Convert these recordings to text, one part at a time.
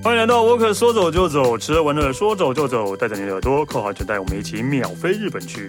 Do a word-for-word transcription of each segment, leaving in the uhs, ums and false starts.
欢迎来到沃克，说走就走，吃喝玩乐说走就走，带着你的耳朵扣好全带，我们一起秒飞日本去。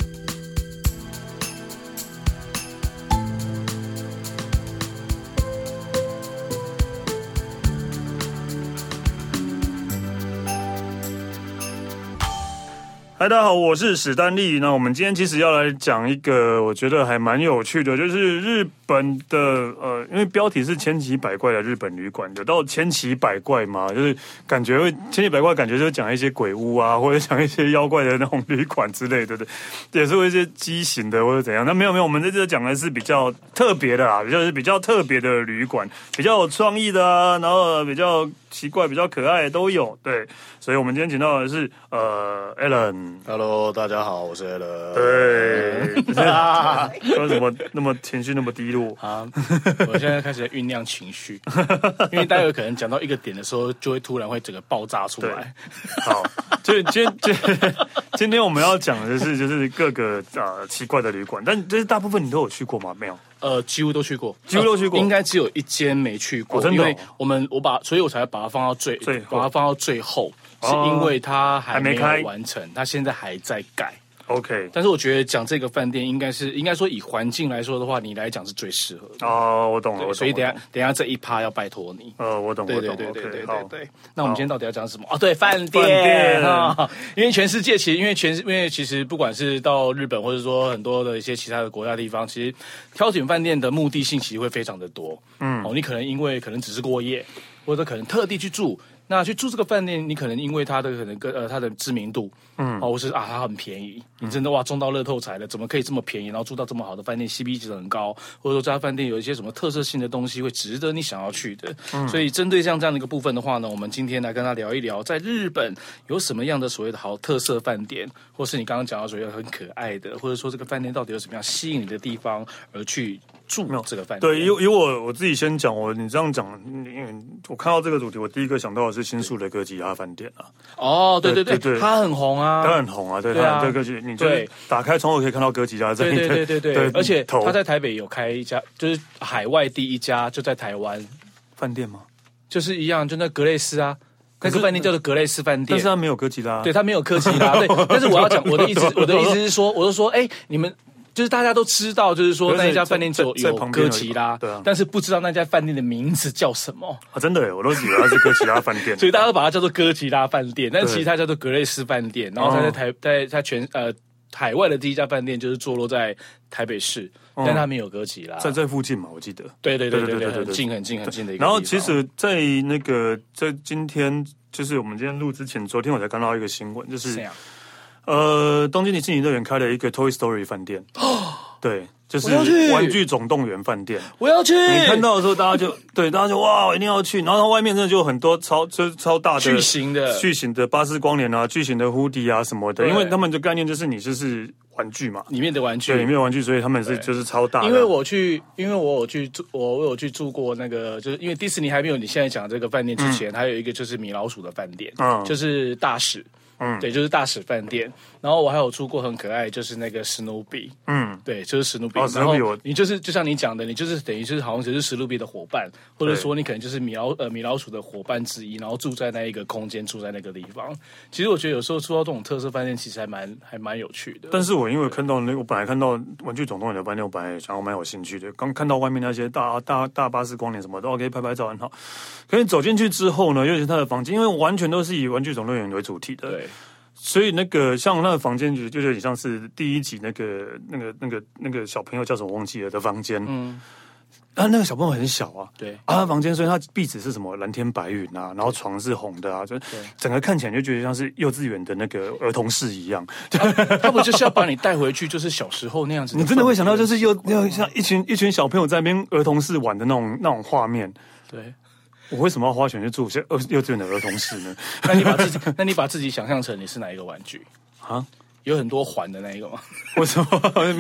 嗨，大家好，我是史丹利。那我们今天其实要来讲一个我觉得还蛮有趣的，就是日本的呃，因为标题是千奇百怪的日本旅馆，有到千奇百怪吗？就是感觉会千奇百怪，感觉就是讲一些鬼屋啊，或者讲一些妖怪的那种旅馆之类的，对，也是会一些畸形的或者怎样。那没有没有，我们在这讲的是比较特别的啊，就是比较特别的旅馆，比较有创意的啊，然后比较奇怪、比较可爱的都有。对，所以我们今天请到的是呃 Alan。Hello， 大家好，我是 Alan。 对，为什么那么情绪那么低落啊？我现在开始酝酿情绪，因为待会可能讲到一个点的时候，就会突然会整个爆炸出来。 好，就今天今天我们要讲的就是就是各个呃奇怪的旅馆，但这是大部分你都有去过吗？没有。 呃，几乎都去过， 几乎都去过， 呃、应该只有一间没去过， 哦真的哦、 因为我们我把，所以我才把它放到最， 最把它放到最后，哦、是因为它还没有完成，它现在还在改。 OK， 但是我觉得讲这个饭店应该是应该说以环境来说的话，你来讲是最适合的。 哦，我懂了，我懂了。 所以等一下等一下这一趴要拜托你。 呃，我懂， 对对我懂。 对对对对对对。那那我们今天到底要讲什么？哦，对，饭店。 饭店啊，因为全世界其实因为全因为其实不管是到日本或者说很多的一些其他的国家地方，其实挑选饭店的目的性其实会非常的多。嗯，哦，你可能因为可能只是过夜，或者可能特地去住。那去住这个饭店，你可能因为它的可能跟呃它的知名度，嗯，哦，或是啊它很便宜，你真的哇中到乐透彩了，怎么可以这么便宜，然后住到这么好的饭店 ，C P 值很高，或者说这家饭店有一些什么特色性的东西会值得你想要去的。嗯、所以针对像这样的一个部分的话呢，我们今天来跟他聊一聊，在日本有什么样的所谓的好特色饭店，或是你刚刚讲到所谓的很可爱的，或者说这个饭店到底有什么样吸引你的地方，而去住这个饭店。 对，以以我我自己先讲，我你这样讲，因为我看到这个主题，我第一个想到的是新宿的哥吉拉饭店啊。 哦，对对 对, 对, 对， 它很红啊， 它很红啊，对，它这个是你就打开窗户可以看到哥吉拉在。 对对对对 对, 对，而且他在台北有开一家，就是海外第一家，就在台湾饭店吗？ 就是一样，就那格雷斯啊。那个饭店叫做格雷斯饭店， 但是它没有哥吉拉， 对，它没有哥吉拉，对。但是我要讲我的意思，我的意思是说，我就说，哎，你们就是大家都知道，就是说那一家饭店就有哥吉拉，对啊，但是不知道那家饭店的名字叫什么啊？真的耶，我都以为它是哥吉拉饭店， 所以大家都把它叫做哥吉拉饭店，但其实它叫做格雷斯饭店。然后它在台，在它全呃海外的第一家饭店就是坐落在台北市。但它没有哥吉拉， 在在附近嘛，我记得。 对对对对对，很近很近很近的一个地方。 然后其实，在那个在今天，就是我们今天录之前，昨天我才看到一个新闻，就是，呃，东京迪士尼乐园开了一个 Toy Story 饭店。对，就是玩具总动员饭店。 我要去。 你看到的时候，大家就对，大家就哇，一定要去。然后它外面真的就有很多超就是超大的巨型的巨型的巴斯光年啊，巨型的蝴蝶啊什么的，因为他们的概念就是你就是玩具嘛， 里面的玩具， 对，里面的玩具，所以他们是就是超大的。 因为我去，因为我有去住，我我有去住过那个，就是因为迪士尼还没有你现在讲这个饭店之前，嗯、还有一个就是米老鼠的饭店，嗯，就是大使。嗯，对，就是大使饭店。然后我还有住过很可爱，就是那个史努比。嗯，对，就是史努比。 哦，史努比我， 你就是就像你讲的，你就是等于就是好像只是史努比的伙伴，或者说你可能就是米老呃米老鼠的伙伴之一，然后住在那一个空间，住在那个地方。其实我觉得有时候住到这种特色饭店，其实还蛮还蛮有趣的。 但是我因为看到那，我本来看到玩具总动员的饭店，我本来也想要蛮有兴趣的。刚看到外面那些大大大巴士光年什么的 ，OK， 拍拍照很好。可是走进去之后呢，尤其是他的房间，因为完全都是以玩具总动员为主题的。 对。 所以那个像那个房间就就有点像是第一集那个那个那个那个小朋友叫什么忘记了的房间，嗯，啊那个小朋友很小啊， 对啊他房间，所以他壁纸是什么蓝天白云啊，然后床是红的啊，就整个看起来就觉得像是幼稚园的那个儿童室一样， 他, 他不就是要把你带回去，就是小时候那样子， 你真的会想到就是幼要像一群一群小朋友在那边儿童室玩的那种那种画面， 对。 我为什么要花钱去住些幼稚园的儿童室呢？ 那你把自己，那你把自己想象成你是哪一个玩具啊？ 有很多环的那一个吗？ 为什么没有？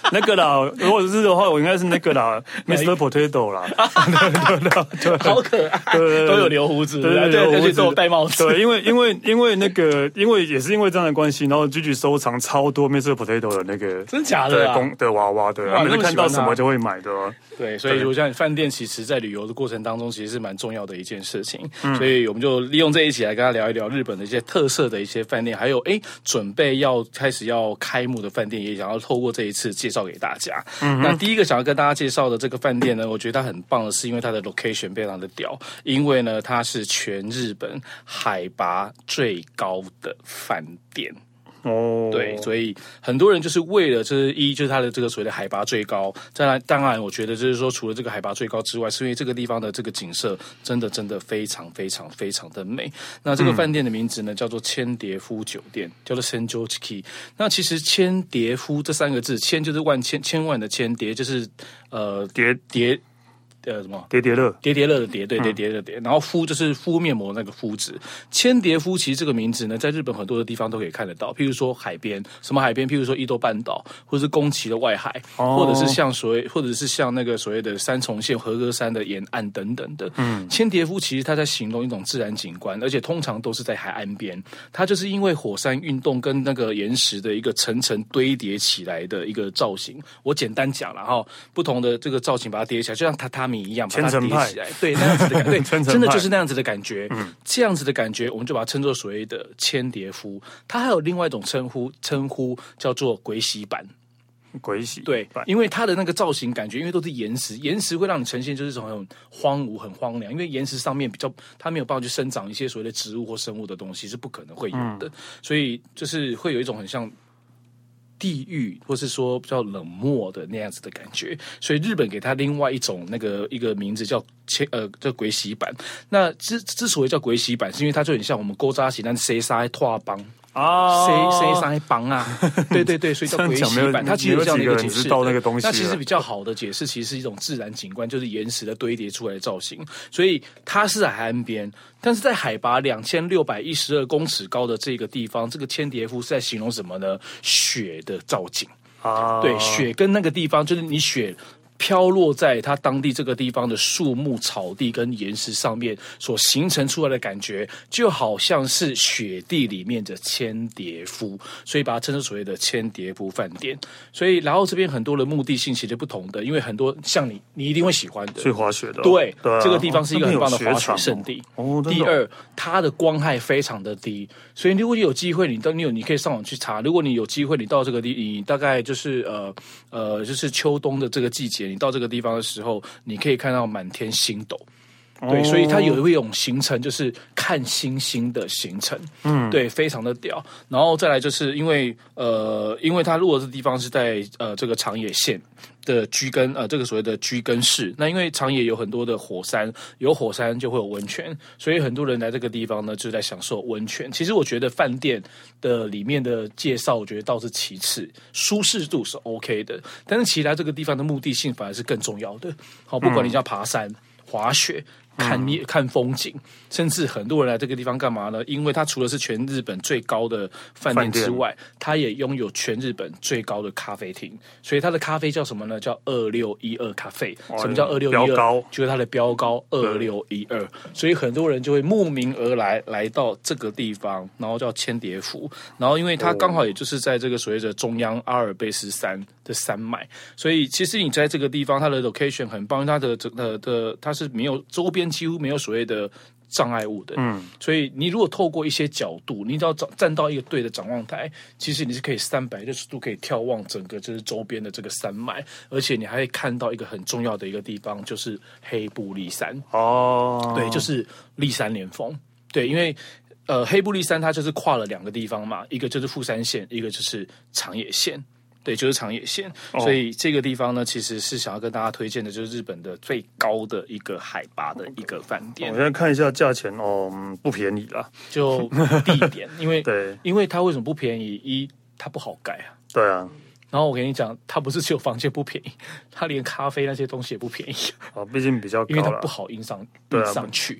那个啦，如果是的话，我应该是那个啦，Mister Potato 啦，对对对， 好可爱，对对对，都有留胡子，对对对，而且都有戴帽子， 对，因为因为因为那个，因为也是因为这样的关系，然后 Gigi 收藏超多 Mister Potato 的那个， 真假的啊？的娃娃，对，每次看到什么就会买的。 对，所以我想饭店其实在旅游的过程当中，其实是蛮重要的一件事情。嗯、所以我们就利用这一起来跟他聊一聊日本的一些特色的一些饭店，还有哎准备要开始要开幕的饭店，也想要透过这一次介绍给大家。嗯、那第一个想要跟大家介绍的这个饭店呢，我觉得它很棒的是，因为它的 location 非常的屌，因为呢它是全日本海拔最高的饭店。哦，对，所以很多人就是为了，就是一就是它的这个所谓的海拔最高，再来当然我觉得就是说，除了这个海拔最高之外，是因为这个地方的这个景色真的真的非常非常非常的美。那这个饭店的名字呢叫做千蝶夫酒店，叫做 Senjochi。那其实千蝶夫这三个字，千就是万千千万的千，蝶就是呃蝶蝶。呃，什么？ 叠叠乐， 叠叠乐的叠，对，叠叠乐的叠。然后敷就是敷面膜那个敷字，千蝶敷其实这个名字呢，在日本很多的地方都可以看得到。譬如说海边，什么海边？譬如说伊豆半岛，或者是宫崎的外海，哦、或者是像所谓，或者是像那个所谓的三重县和歌山的沿岸等等的。嗯，千蝶敷其实它在形容一种自然景观，而且通常都是在海岸边。它就是因为火山运动跟那个岩石的一个层层堆叠起来的一个造型。我简单讲了哈，不同的这个造型把它叠起来，就像榻榻米一样，把它叠起来，对，那样子的感觉，对，真的就是那样子的感觉。嗯，这样子的感觉，我们就把它称作所谓的千蝶敷。它还有另外一种称呼，称呼叫做鬼洗板。 鬼洗对，因为它的那个造型感觉，因为都是岩石，岩石会让你呈现就是这种很荒芜、很荒凉，因为岩石上面比较它没有办法去生长一些所谓的植物或生物的东西，是不可能会有的，嗯、所以就是会有一种很像地狱，或是说比较冷漠的那样子的感觉，所以日本给它另外一种那个一个名字叫千呃叫鬼洗板。那之之所以叫鬼洗板，是因为它就很像我们勾扎洗，但是谁杀拓帮。啊，谁谁上来帮啊？对对对，所以叫鬼洗板。它其实有这样的一个解释。那其实比较好的解释，其实是一种自然景观，就是岩石的堆叠出来的造型。所以它是在海岸边，但是在海拔两千六百一十二公尺高的这个地方，这个千蝶夫是在形容什么呢？雪的造景啊，对，雪跟那个地方就是你雪。飘落在它当地这个地方的树木、草地跟岩石上面所形成出来的感觉，就好像是雪地里面的千蝶夫，所以把它称作所谓的千蝶夫饭店。所以，然后这边很多的目的性其实不同的，因为很多像你，你一定会喜欢的， 去滑雪的， 对， 对啊、 这个地方是一个很棒的滑雪胜地。 哦， 第二，它的光害非常的低，所以如果你有机会，你到你有你可以上网去查。如果你有机会，你到这个地，你大概就是呃呃，就是秋冬的这个季节。你到这个地方的时候，你可以看到满天星斗，对，所以它有一种行程，就是看星星的行程，嗯，对，非常的屌。然后再来就是因为呃，因为它如果这地方是在呃这个长野县的居根呃这个所谓的居根市，那因为长野有很多的火山，有火山就会有温泉，所以很多人来这个地方呢就在享受温泉。其实我觉得饭店的里面的介绍，我觉得倒是其次，舒适度是 OK 的，但是其他这个地方的目的性反而是更重要的。好，不管你叫爬山、滑雪。看夜看风景，甚至很多人来这个地方干嘛呢？因为它除了是全日本最高的饭店之外，它也拥有全日本最高的咖啡厅，所以它的咖啡叫什么呢？叫二六一二咖啡。什么叫二六一二？就是它的标高二六一二，所以很多人就会慕名而来，来到这个地方，然后叫千蝶府。然后因为它刚好也就是在这个所谓的中央阿尔卑斯山的山脉，所以其实你在这个地方，它的 location 很棒，它的的的它是没有周边。几乎没有所谓的障碍物的，嗯，所以你如果透过一些角度，你只要站到一个对的展望台，其实你是可以三百六十度可以眺望整个就是周边的这个山脉，而且你还会看到一个很重要的一个地方，就是黑部立山哦，对，就是立山连峰，对，因为呃黑部立山它就是跨了两个地方嘛，一个就是富山县，一个就是长野县。对，就是长野县，哦、所以这个地方呢，其实是想要跟大家推荐的，就是日本的最高的一个海拔的一个饭店。 我现在看一下价钱哦，不便宜啦。 就地点，因为对，因为它为什么不便宜？一，它不好盖啊。 对啊。 然后我跟你讲，它不是只有房间不便宜，它连咖啡那些东西也不便宜。 哦，毕竟比较高啦， 因为它不好运上运上去。对，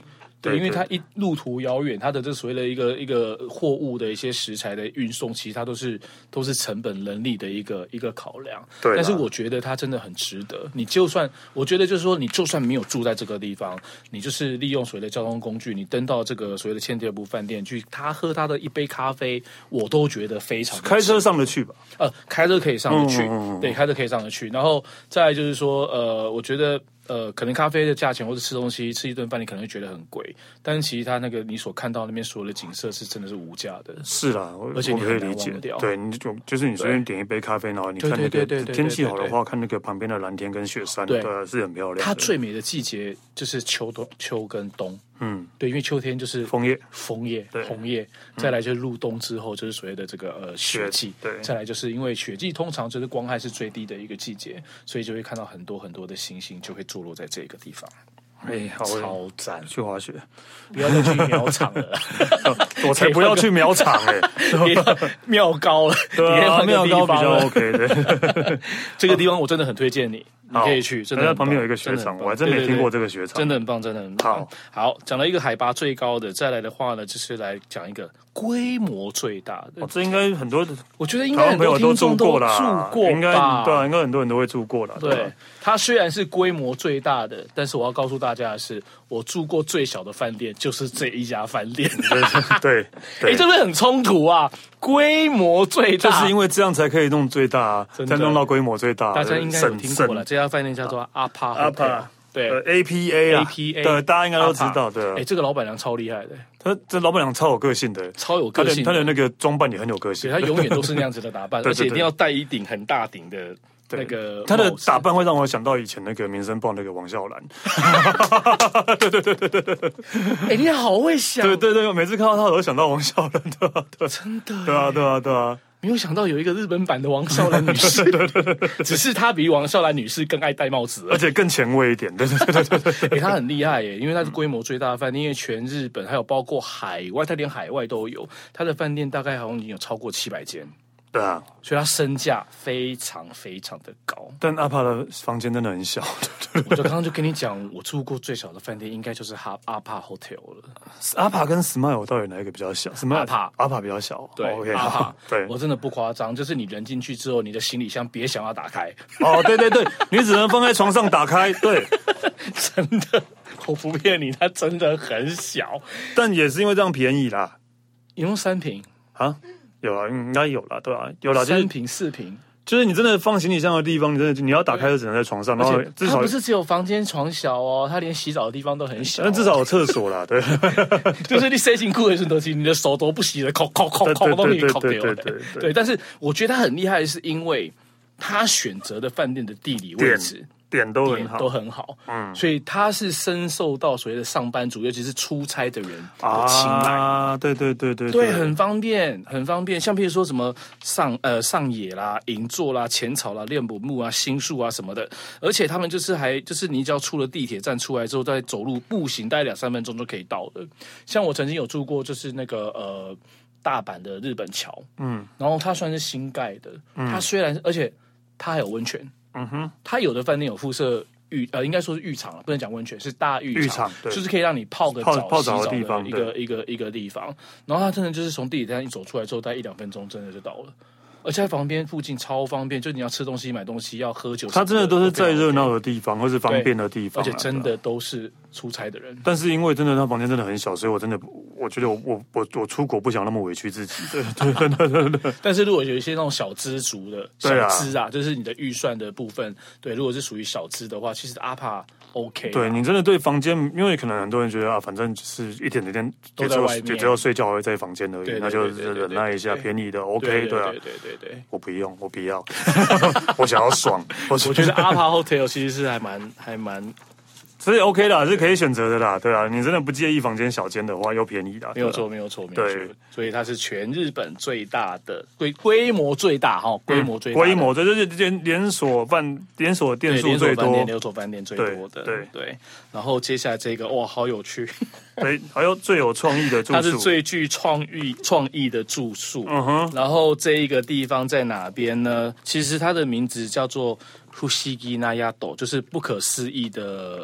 对，因为它一路途遥远，它的这所谓的一个一个货物的一些食材的运送，其实它都是都是成本人力的一个一个考量。 对， 但是我觉得它真的很值得。你就算我觉得就是说，你就算没有住在这个地方，你就是利用所谓的交通工具，你登到这个所谓的千叠部饭店去，他喝他的一杯咖啡，我都觉得非常开车上得去吧？ 呃，开车可以上得去， 嗯嗯嗯对，开车可以上得去。然后再来就是说，呃，我觉得。呃，可能咖啡的价钱或者吃东西吃一顿饭，你可能会觉得很贵，但是其实它那个你所看到那边所有的景色是真的是无价的。 是啦， 而且你可以理解。对，你就就是你随便点一杯咖啡，然后你看那个天气好的话，看那个旁边的蓝天跟雪山，对，是很漂亮的。 它最美的季节就是秋冬、秋跟冬。嗯，对，因为秋天就是枫叶、 枫叶、红叶，再来就是入冬之后就是所谓的这个呃雪季，对，再来就是因为雪季通常就是光害是最低的一个季节，所以就会看到很多很多的星星就会坐落在这个地方。 哎，好， 超赞！ 去滑雪， 不要再去苗场了， 我才不要去苗场哎， 妙高了， 对啊，妙高比较 OK 的。 这个地方我真的很推荐你。你可以去，真的。 旁边有一个雪场，我还真没听过这个雪场， 真的很棒，真的很棒。好，好，讲了一个海拔最高的，再来的话呢，就是来讲一个规模最大的。 哦，这应该很多， 我觉得应该很多听众都住过吧， 应该对啊，应该很多人都会住过了。 对，它虽然是规模最大的，但是我要告诉大家的是，我住过最小的饭店就是这一家饭店。 对， 哎，这不是很冲突啊？规模最大， 就是因为这样才可以弄最大啊，才弄到规模最大。 大家应该有听过了，这家饭店叫做阿帕阿帕，对 ，A P A 啊 ，A P A， 对，大家应该都知道的。 哎，这个老板娘超厉害的， 她这老板娘超有个性的， 超有个性， 她的那个装扮也很有个性， 她永远都是那样子的打扮，而且一定要戴一顶很大顶的。那个他的打扮会让我想到以前那个《民生报》那个王笑兰，对对对对对对， 哎，你好会想， 对对对，每次看到他我都想到王笑兰，对吧？对， 真的， 对啊对啊对啊， 没有想到有一个日本版的王笑兰女士，只是她比王笑兰女士更爱戴帽子， 而且更前卫一点，对对对对对对， 哎，她很厉害耶，因为她是规模最大的饭店，因为全日本还有包括海外，她连海外都有，她的饭店大概好像已经有超过七百间。 对啊， 所以它身价非常非常的高。 但阿帕的房间真的很小， 我就刚刚就跟你讲，我住过最小的饭店应该就是哈阿帕 Hotel 了。 阿帕跟 Smile 到底哪一个比较小？ 阿帕阿帕比较小， 对， OK， 阿帕， 对， 我真的不夸张，就是你人进去之后，你的行李箱别想要打开。 哦，对对对，你只能放在床上打开，对， 真的，我不骗你，它真的很小， 但也是因为这样便宜啦。 一共三坪啊？有啦，应该有啦，对吧、啊？有啦， 三坪四坪， 就是你真的放行李箱的地方，你真的你要打开就只能在床上，然后至少它不是只有房间床小哦，它连洗澡的地方都很小、哦， 但至少有厕所啦，对， 就是你塞进裤的时候，你的手都不洗了，抠抠抠抠都给抠掉了，对。但是我觉得它很厉害，是因为它选择的饭店的地理位置。 点都很好， 都很好，嗯，所以他是深受到所谓的上班族，尤其是出差的人的青睐啊，对对对对对，很方便，很方便。像譬如说什么上呃上野啦、银座啦、浅草啦、练补木啊、新宿啊什么的，而且他们就是还就是你只要出了地铁站出来之后，再走路步行大概两三分钟就可以到的。像我曾经有住过，就是那个呃大阪的日本桥，嗯，然后它算是新盖的，嗯、它虽然而且它还有温泉。嗯哼，它有的饭店有附设浴，呃，应该说是浴场了，不能讲温泉，是大浴场， 浴场就是可以让你泡个澡、 泡澡的地方， 一个一个一个地方。然后它真的就是从地铁站一走出来之后，大概一两分钟，真的就到了。而且在旁边附近超方便，就你要吃东西、买东西、要喝酒， 它真的都是在热闹的地方，或是方便的地方， 而且真的都是出差的人。 但是因为真的他房间真的很小，所以我真的我觉得我我我我出国不想那么委屈自己。对对对对对。 但是如果有一些那种小资族的小资啊，就是你的预算的部分，对，如果是属于小资的话，其实阿帕 OK。 对你真的对房间，因为可能很多人觉得啊，反正就是一点一点都在外面， 就只有睡觉会在房间而已，那就忍耐一下，便宜的 OK， 对啊， 对对对， 我不用。我不要，我想要爽。 我我觉得阿帕 Hotel 其实是还蛮还蛮， 所以 OK 啦，是可以选择的啦，对啊，你真的不介意房间小间的话，又便宜啦， 没有错，没有错，没有错。所以它是全日本最大的规规模最大哈，规模最大规模，这就是连连锁饭连锁店数最多， 连锁饭店最多的，对对。然后接下来这个哇，好有趣。 对，还有最有创意的住宿， 它是最具创意创意的住宿。嗯哼，然后这一个地方在哪边呢？其实它的名字叫做 Fushigi Nayato， 就是不可思议的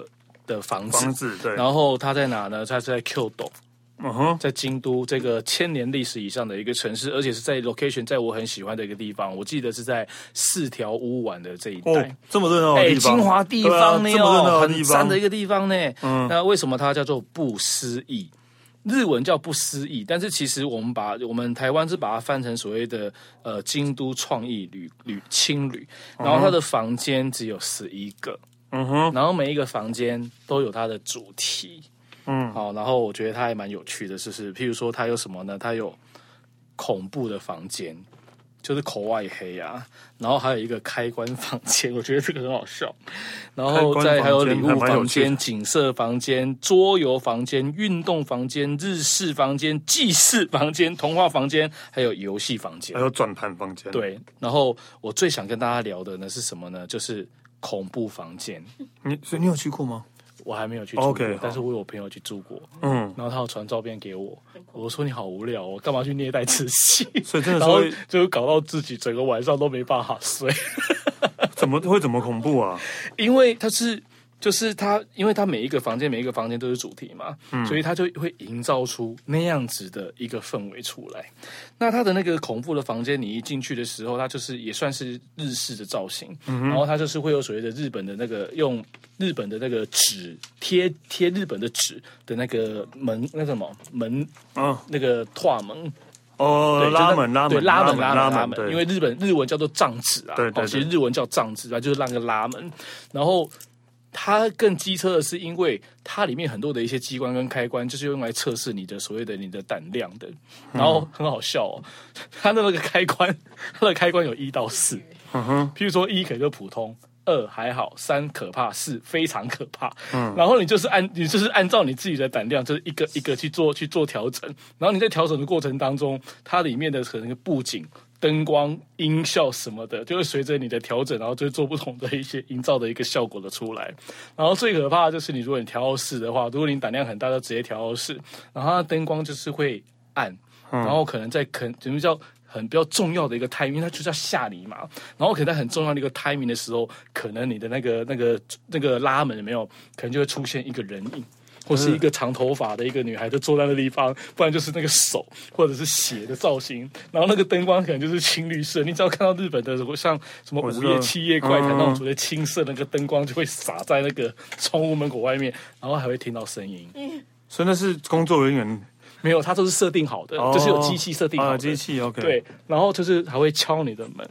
的房子， 房子对。 然后它在哪呢？它在 Kyoto。 嗯哼， 在京都这个千年历史以上的一个城市，而且是在 location 在我很喜欢的一个地方，我记得是在四条乌丸的这一带， 哦、这么热闹的地方， 哎，精华地方呢、 啊、 哦，很赞的一个地方呢。嗯，那为什么它叫做不思议？日文叫不思议，但是其实我们把我们台湾是把它翻成所谓的呃京都创意旅旅青旅，然后它的房间只有十一个，嗯哼，然后每一个房间都有它的主题。嗯，好，然后我觉得它还蛮有趣的，就是譬如说它有什么呢？它有恐怖的房间，就是口外黑啊，然后还有一个开关房间，我觉得这个很好笑。然后再还有礼物房间、景色房间、桌游房间、运动房间、日式房间、记事房间、童话房间，还有游戏房间， 还有转盘房间。 对，然后我最想跟大家聊的呢是什么呢？就是恐怖房间。 你所以你有去过吗？ 我还没有去住过， okay, 但是我有朋友去住过，嗯，然后他有传照片给我，我说你好无聊，我干嘛去虐待自己？ 所以真的然后就搞到自己整个晚上都没办法睡。 怎么会怎么恐怖啊？ 因为它是。就是它，因为它每一个房间每一个房间都是主题嘛，嗯、所以它就会营造出那样子的一个氛围出来。那它的那个恐怖的房间，你一进去的时候，它就是也算是日式的造型，嗯、然后它就是会有所谓的日本的那个用日本的那个纸贴贴日本的纸的那个门，那什么门，哦、那个拓门。 哦，拉门拉门， 对，拉门拉门拉门，因为日本日文叫做帐子啊， 对对， 其实日文叫帐子啊，就是那个拉门，然后。它更机车的是，因为它里面很多的一些机关跟开关，就是用来测试你的所谓的你的胆量的。然后很好笑哦，它的那个开关，它的开关有一到四。嗯哼，譬如说一可能就普通，二还好，三可怕，四非常可怕。嗯，然后你就是按你就是按照你自己的胆量，就是一个一个去做去做调整。然后你在调整的过程当中，它里面的可能布景。灯光、音效什么的，就会随着你的调整，然后就会做不同的一些营造的一个效果的出来。然后最可怕的就是你，如果你调到四的话，如果你胆量很大，就直接调到四，然后它的灯光就是会暗，嗯、然后可能在可怎么叫很比较重要的一个 timing， 因为它就是要吓你嘛。然后可能在很重要的一个 timing 的时候，可能你的那个那个那个拉门有没有，可能就会出现一个人影。或是一个长头发的一个女孩就坐在那地方，不然就是那个手或者是血的造型，然后那个灯光可能就是青绿色。你只要看到日本的什么像什么午夜七夜怪谈那种所谓青色那个灯光就会洒在那个窗户门口外面，然后还会听到声音。 所以那是工作人员没有，它都是设定好的，哦、就是有机器设定好的、 啊、机器 OK 对，然后就是还会敲你的门。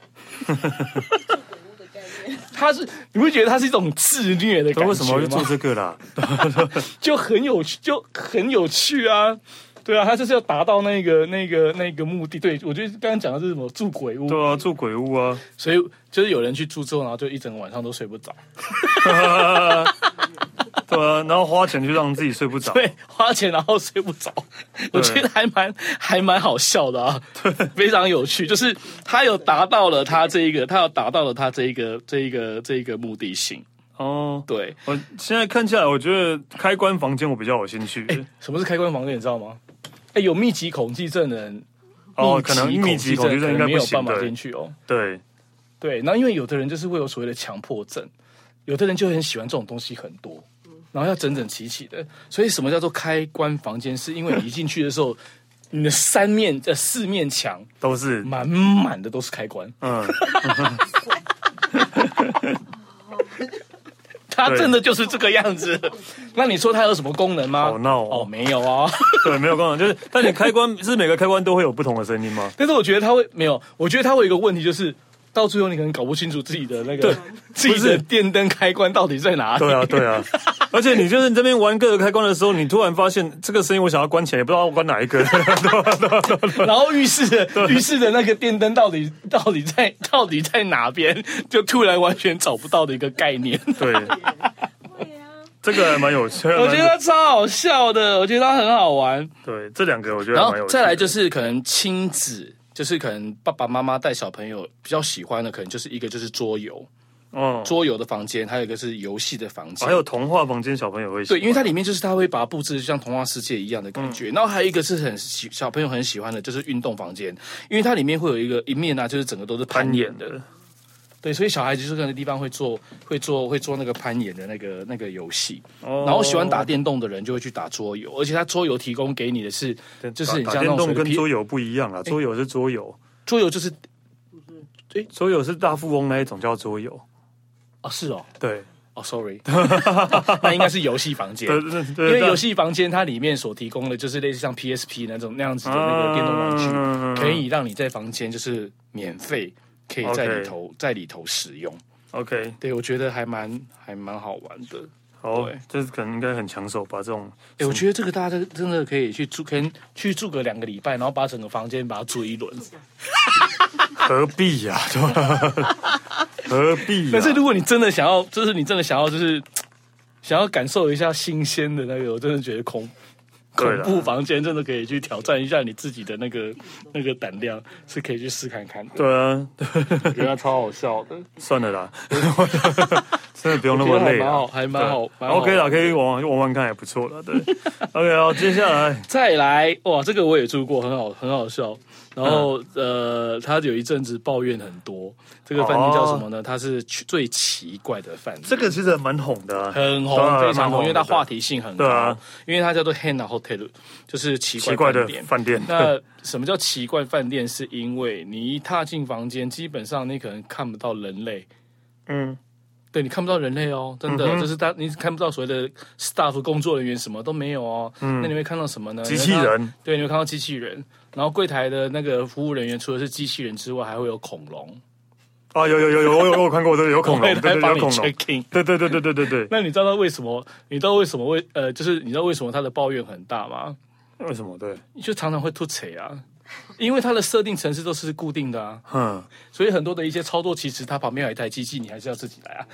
他是你会觉得他是一种自虐的感觉吗？ 为什么会做这个啦？ 就很有趣，就很有趣啊！对啊，他就是要达到那个、那个、那个目的。对，我觉得刚刚讲的是什么住鬼屋？ 对啊，住鬼屋啊！ 所以就是有人去住之后，然后就一整个晚上都睡不着。 对啊，然后花钱去让自己睡不着。 对，花钱然后睡不着，我觉得还蛮还蛮好笑的啊，对，非常有趣。就是他有达到了他这一个，他有达到了他这一个这一个这一个目的性。哦，对， 我现在看起来，我觉得开关房间我比较有兴趣。 哎，什么是开关房间？你知道吗？哎，有密集恐惧症的人， 哦，可能密集恐惧症应该没有办法进去哦。 对对，那因为有的人就是会有所谓的强迫症，有的人就很喜欢这种东西很多。然后要整整齐齐的，所以什么叫做开关房间？是因为你一进去的时候，你的三面呃四面墙都是满满的都是开关。嗯，它真的就是这个样子。那你说它有什么功能吗？ 好闹哦， 哦没有啊， 对，没有功能，就是但你开关是每个开关都会有不同的声音吗？ 但是我觉得它会没有，我觉得它会有一个问题就是。到最后，你可能搞不清楚自己的那个自己的电灯开关到底在哪里。 对啊，对啊，而且你就是这边玩各个开关的时候，你突然发现这个声音我想要关起来，也不知道要关哪一个。 然后浴室的浴室的那个电灯到底到底在到底在哪边，就突然完全找不到的一个概念。 对，这个还蛮有趣的， 我觉得超好笑的，我觉得它很好玩。 对，这两个我觉得还蛮有趣的。 再来就是可能亲子。就是可能爸爸妈妈带小朋友比较喜欢的，可能就是一个就是桌游，哦，桌游的房间，还有一个是游戏的房间， 还有童话房间，小朋友会喜欢。 对，因为它里面就是它会把它布置像童话世界一样的感觉。嗯、然后还有一个是很喜小朋友很喜欢的，就是运动房间，因为它里面会有一个一面啊，就是整个都是攀岩的。 对，所以小孩子就是那个地方会做会做会做那个攀岩的那个那个游戏， 哦然后喜欢打电动的人就会去打桌游，而且他桌游提供给你的是，就是你打像那种电动跟桌游不一样啊，桌游是桌游， 桌游就是桌游是大富翁那一种叫桌游。 哦是哦， 对， 哦 sorry， 那应该是游戏房间， 对对对， 因为游戏房间它里面所提供的就是类似像 P S P 那种那样子的那个电动玩具， 嗯可以让你在房间就是免费可以在里头 OK 在里头使用。 OK， 对，我觉得还蛮还蛮好玩的。 好对， 这可能应该很抢手吧？这种， 哎，我觉得这个大家真的可以去住，可能去住个两个礼拜，然后把整个房间把它住一轮。 何必呀、啊？对吧？何必、啊？ 但是如果你真的想要，就是你真的想要，就是想要感受一下新鲜的那个，我真的觉得恐恐怖房间真的可以去挑战一下你自己的那个那个胆量，是可以去试看看的。 对啊， 我觉得超好笑的。 算了啦，真的不用那么累啊， 还蛮好，还蛮好。 OK 啦，可以玩玩玩看，也不错了。对，OK， 好，接下来再来，哇，这个我也住过，很好，很好笑。然后、嗯、呃，他有一阵子抱怨很多。这个饭店叫什么呢？它是最奇怪的饭店。 这个其实蛮红的、啊， 很红，非常红，因为它话题性很高。 啊、 因为它叫做 Hana Hotel， 就是奇怪饭店。 饭店。 那什么叫奇怪饭店？是因为你一踏进房间，基本上你可能看不到人类。嗯。对，你看不到人类哦，真的，嗯、就是他，你看不到所谓的 staff 工作人员，什么都没有哦。嗯，那你会看到什么呢？ 机器人。 对，你会看到机器人。然后柜台的那个服务人员，除了是机器人之外，还会有恐龙。 啊，有有有有，我有我有看过，对，有恐龙，对对，有恐龙。对对对对对对对。 那你知道为什么？你知道为什么为呃，就是你知道为什么他的抱怨很大吗？ 为什么？对， 就常常会吐槽啊。因为它的设定程式都是固定的啊，嗯，所以很多的一些操作，其实它旁边有一台机器，你还是要自己来啊。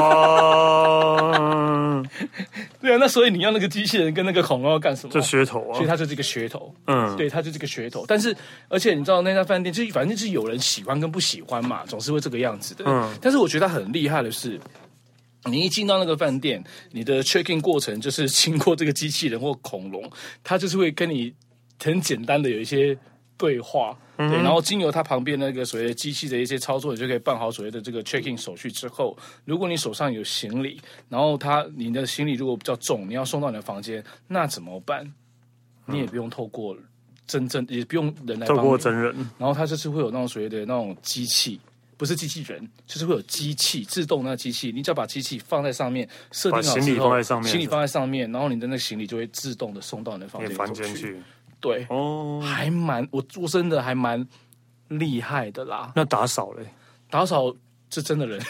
哦，对啊，那所以你要那个机器人跟那个恐龙要干什么？ 这噱头啊， 所以它就是一个噱头，嗯，对，它就是一个噱头。但是，而且你知道那家饭店，就反正就是有人喜欢跟不喜欢嘛，总是会这个样子的。嗯，但是我觉得它很厉害的是，你一进到那个饭店，你的 check in 过程就是经过这个机器人或恐龙，它就是会跟你很简单的有一些对话，对，然后经由它旁边那个所谓的机器的一些操作，你就可以办好所谓的这个 check-in 手续之后，如果你手上有行李，然后它你的行李如果比较重，你要送到你的房间，那怎么办？你也不用透过真正，也不用人来帮你， 透过真人， 然后它就是会有那种所谓的那种机器。不是机器人，就是会有机器自动那个机器，你只要把机器放在上面，设定好之后， 行李放在上面， 行李放在上面，然后你的那个行李就会自动的送到你的房间房间去。 对，哦，还蛮我我真的还蛮厉害的啦。 那打扫嘞？ 打扫是真的人，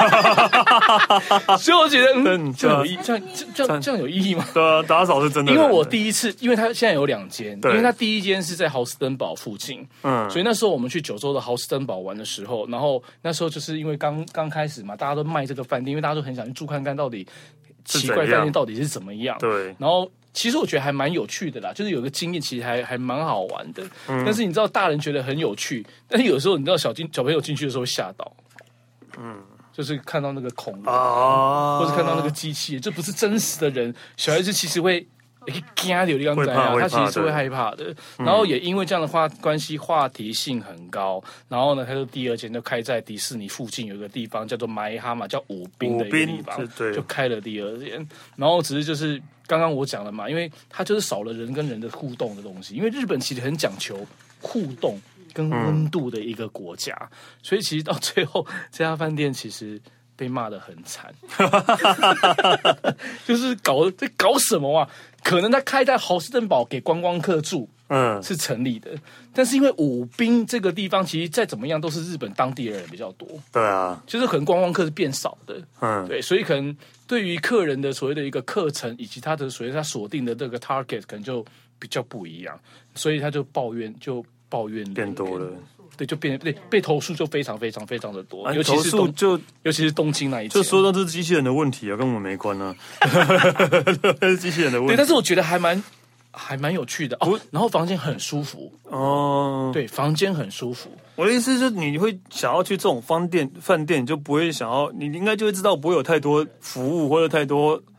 所以我觉得嗯，这样有意，这样这样这样有意义吗？ 对啊，打扫是真的人。 因为我第一次，因为他现在有两间，因为他第一间是在豪斯登堡附近，嗯，所以那时候我们去九州的豪斯登堡玩的时候，然后那时候就是因为刚刚开始嘛，大家都卖这个饭店，因为大家都很想去住看看到底奇怪饭店到底是怎么样， 对， 然后。其实我觉得还蛮有趣的啦，就是有个经验，其实还还蛮好玩的。嗯、但是你知道，大人觉得很有趣，但是有时候你知道小进小朋友进去的时候会吓到，嗯，就是看到那个恐龙，啊、或者看到那个机器，这不是真实的人，小孩子其实会。怕有地方在啊，他其实是会害怕的。然后也因为这样的话关系，话题性很高。然后呢，他就第二间就开在迪士尼附近有一个地方叫做迈哈嘛，叫武滨的一个地方，就开了第二间。然后只是就是刚刚我讲了嘛，因为它就是少了人跟人的互动的东西。因为日本其实很讲求互动跟温度的一个国家，嗯、所以其实到最后这家饭店其实。被骂得很惨，就是搞在搞什么啊？可能他开在豪斯登堡给观光客住，嗯，是成立的。但是因为武滨这个地方，其实再怎么样都是日本当地的人比较多， 对啊， 就是可能观光客是变少的，嗯，对，所以可能对于客人的所谓的一个课程以及他的所谓他锁定的这个 target 可能就比较不一样，所以他就抱怨就抱怨变多了。 对，就变对被投诉就非常非常非常的多，尤其是投诉就尤其是东京那一次， 就说到这是机器人的问题啊，跟我们没关啊，是机器人的问题。 对，但是我觉得还蛮还蛮有趣的哦。然后房间很舒服哦，对，房间很舒服。 我的意思是，你会想要去这种饭店，饭店就不会想要，你应该就会知道不会有太多服务或者太多对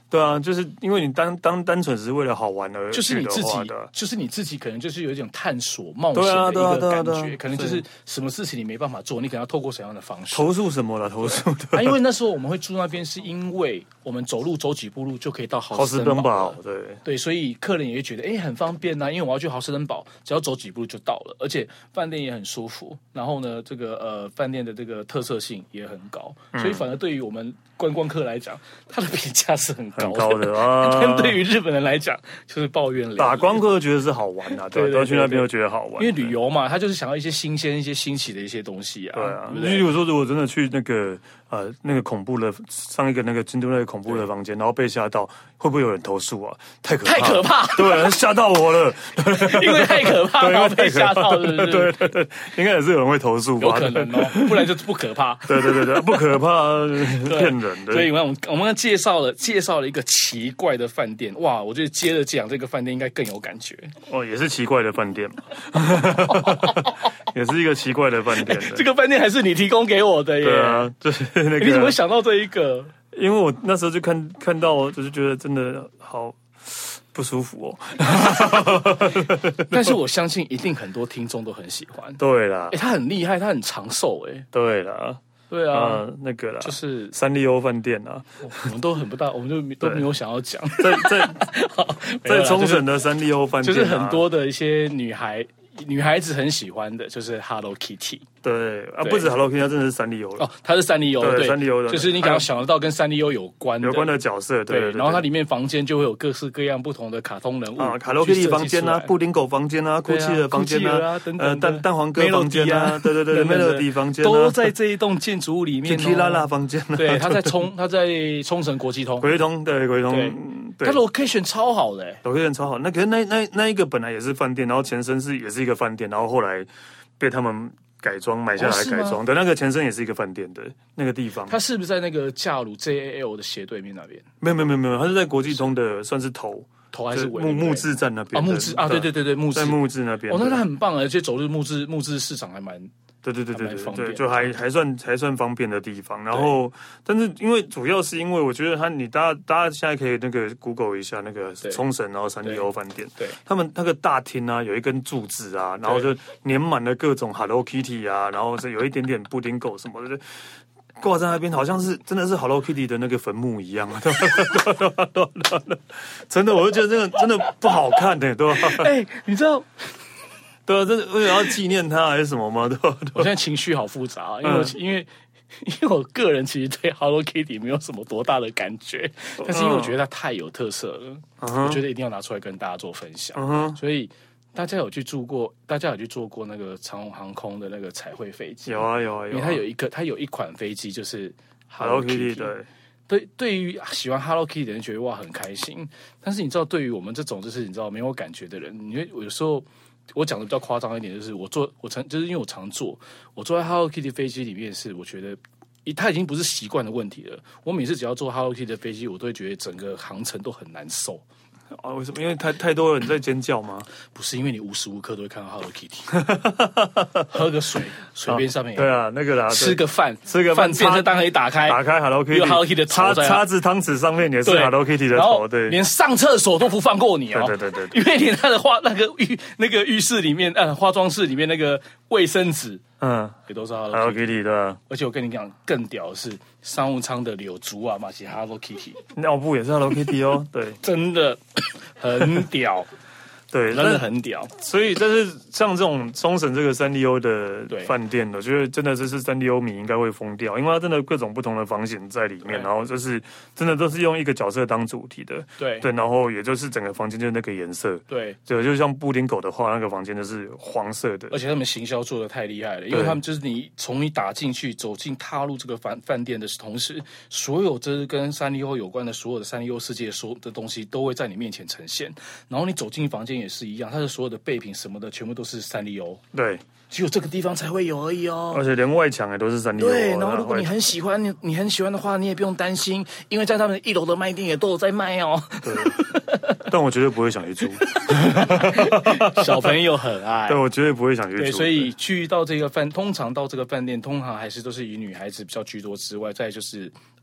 对啊，就是因为你单当单纯只是为了好玩而就是你自己，就是你自己可能就是有一种探索冒险的一个感觉，可能就是什么事情你没办法做，你可能要透过什么样的方式投诉什么了？投诉对、 啊，因为那时候我们会住那边，是因为我们走路走几步路就可以到豪斯登堡， 对对，所以客人也会觉得哎很方便呐、啊，因为我要去豪斯登堡，只要走几步就到了，而且饭店也很舒服，然后呢，这个呃饭店的这个特色性也很高，所以反而对于我们观光客来讲，它的评价是很高的， 很高的啊。 但对于日本人来讲，就是抱怨了。 打光客觉得是好玩啊，对，都去那边都觉得好玩， 因为旅游嘛，他就是想要一些新鲜、一些新奇的一些东西啊。 对啊，例如说，如果真的去那个呃那个恐怖的上一个那个京都那个恐怖的房间，然后被吓到，会不会有人投诉啊？太可怕， 太可怕， 对，吓到我了， 因为太可怕，然后被吓到，是不是？ 对对对，应该也是有人会投诉吧？ 有可能哦，不然就不可怕。 对对对对，不可怕，骗人的。 所以我们我们介绍了介绍了一个奇怪的饭店，哇，我觉得接着讲这个饭店应该更有感觉。 哦，也是奇怪的饭店嘛，也是一个奇怪的饭店、欸。 这个饭店还是你提供给我的耶？ 对啊，就是那个。 你怎么会想到这一个？ 因为我那时候就看看到，就是觉得真的好不舒服哦。 但是我相信一定很多听众都很喜欢。 对啦， 哎，他很厉害，他很长寿哎。 对啦。 对啊、 呃，那个啦， 就是三丽鸥饭店啊， 我们都很不大，我们就都没有想要讲。 在在在冲绳的三丽鸥饭店、啊， 就是很多的一些女孩。女孩子很喜欢的就是 Hello Kitty， 对啊，不止 Hello Kitty， 它真的是三丽鸥哦，它是三丽鸥，对， 三丽鸥的， 就是你可能想得到跟三丽鸥有关的有关的角色，对， 对, 对, 对， 然后它里面房间就会有各式各样不同的卡通人物啊 ，Hello Kitty 房间啊，布丁狗房间啊，酷奇的房间啊， 等等， 呃，蛋蛋黄哥房间啊，对对对 ，Melody 房间都在这一栋建筑物里面 ，Kiki 拉拉房间， 对，它在冲，它在冲绳国际通， 国际通，对，国际通， 它 location 超好的 ，location 超好，那可是那那那一个本来也是饭店，然后前身是也是一个饭店，然后后来。来被他们改装买下来改装的、哦、那个前身也是一个饭店的那个地方， 它是不是在那个驾鲁 J A L 的斜对面那边？ 没有没有没有没有，它是在国际通的算是头头还是尾木木质站那边啊木质啊对对对对木质在木质那边哦，那它很棒，而且走入木质木质市场还蛮。 对对对对对对，就还还算还算方便的地方。然后，但是因为主要是因为我觉得它，你大家大家现在可以那个 Google 一下那个冲绳，然后三丽鸥饭店， 对， 他们那个大厅啊，有一根柱子啊，然后就粘满了各种 Hello Kitty 啊，然后是有一点点布丁狗什么的。挂在那边，好像是真的是 Hello Kitty 的那个坟墓一样啊！真的，我就觉得这个真的不好看的、欸，对吧？ 哎、欸，你知道？ 对啊，这为了要纪念他还是什么吗？对吧？ 我现在情绪好复杂，因为我、嗯、因为因为我个人其实对 Hello Kitty 没有什么多大的感觉，但是因为我觉得它太有特色了，嗯、我觉得一定要拿出来跟大家做分享。嗯、所以大家有去住过，大家有去坐过那个长荣航空的那个彩绘飞机？ 有啊有啊有啊， 因为它有一个，它有一款飞机就是 Hello Kitty， 对。 对，对于喜欢 Hello Kitty 的人觉得哇很开心，但是你知道，对于我们这种就是你知道没有感觉的人，你会有时候。我讲的比较夸张一点，就是我坐我常就是因为我常坐，我坐在 Hello Kitty 飞机里面是我觉得，它已经不是习惯的问题了。我每次只要坐 Hello Kitty 的飞机，我都会觉得整个航程都很难受。 啊，为什么？因为太太多人在尖叫吗？ 不是，因为你无时无刻都会看到 Hello Kitty， 喝个水，水边上面有、 哦、对啊，那个啦， 吃个饭， 吃个饭， 便当单可以打开， 打开 Hello Kitty， 有 Hello Kitty 的头在， 叉子汤匙上面也是 Hello Kitty 的头，对， 连上厕所都不放过你哦， 对对对对， 因为连他的化那个浴那个浴室里面，呃，化妆室里面那个卫生纸。嗯，也都是 Hello Kitty, Hello Kitty 的， 而且我跟你讲，更屌的是商务舱的柳竹啊，嘛是 Hello Kitty， 尿布也是 Hello Kitty 哦，对， 真的很屌， 对， 真的很屌。 所以，但是像这种冲绳这个三丽鸥的饭店，我觉得真的这是三丽鸥迷应该会疯掉，因为它真的各种不同的房型在里面，然后就是真的都是用一个角色当主题的， 对对，然后也就是整个房间就是那个颜色， 对， 就就像布丁狗的话，那个房间就是黄色的， 而且他们行销做的太厉害了，因为他们就是你从你打进去走进踏入这个饭饭店的同时，所有这跟三丽鸥有关的所有的三丽鸥世界所有的东西都会在你面前呈现，然后你走进房间也是一样，它的所有的备品什么的全部都是三丽鸥， 对。 只有这个地方才会有而已哦， 而且连外墙也都是三丽鸥。 对，然后如果你很喜欢，你你很喜欢的话，你也不用担心，因为在他们一楼的卖店也都有在卖哦。 对，但我绝对不会想去住。 小朋友很爱， 对我绝对不会想去住。 对，所以去到这个饭，通常到这个饭店，通常还是都是以女孩子比较居多之外，再就是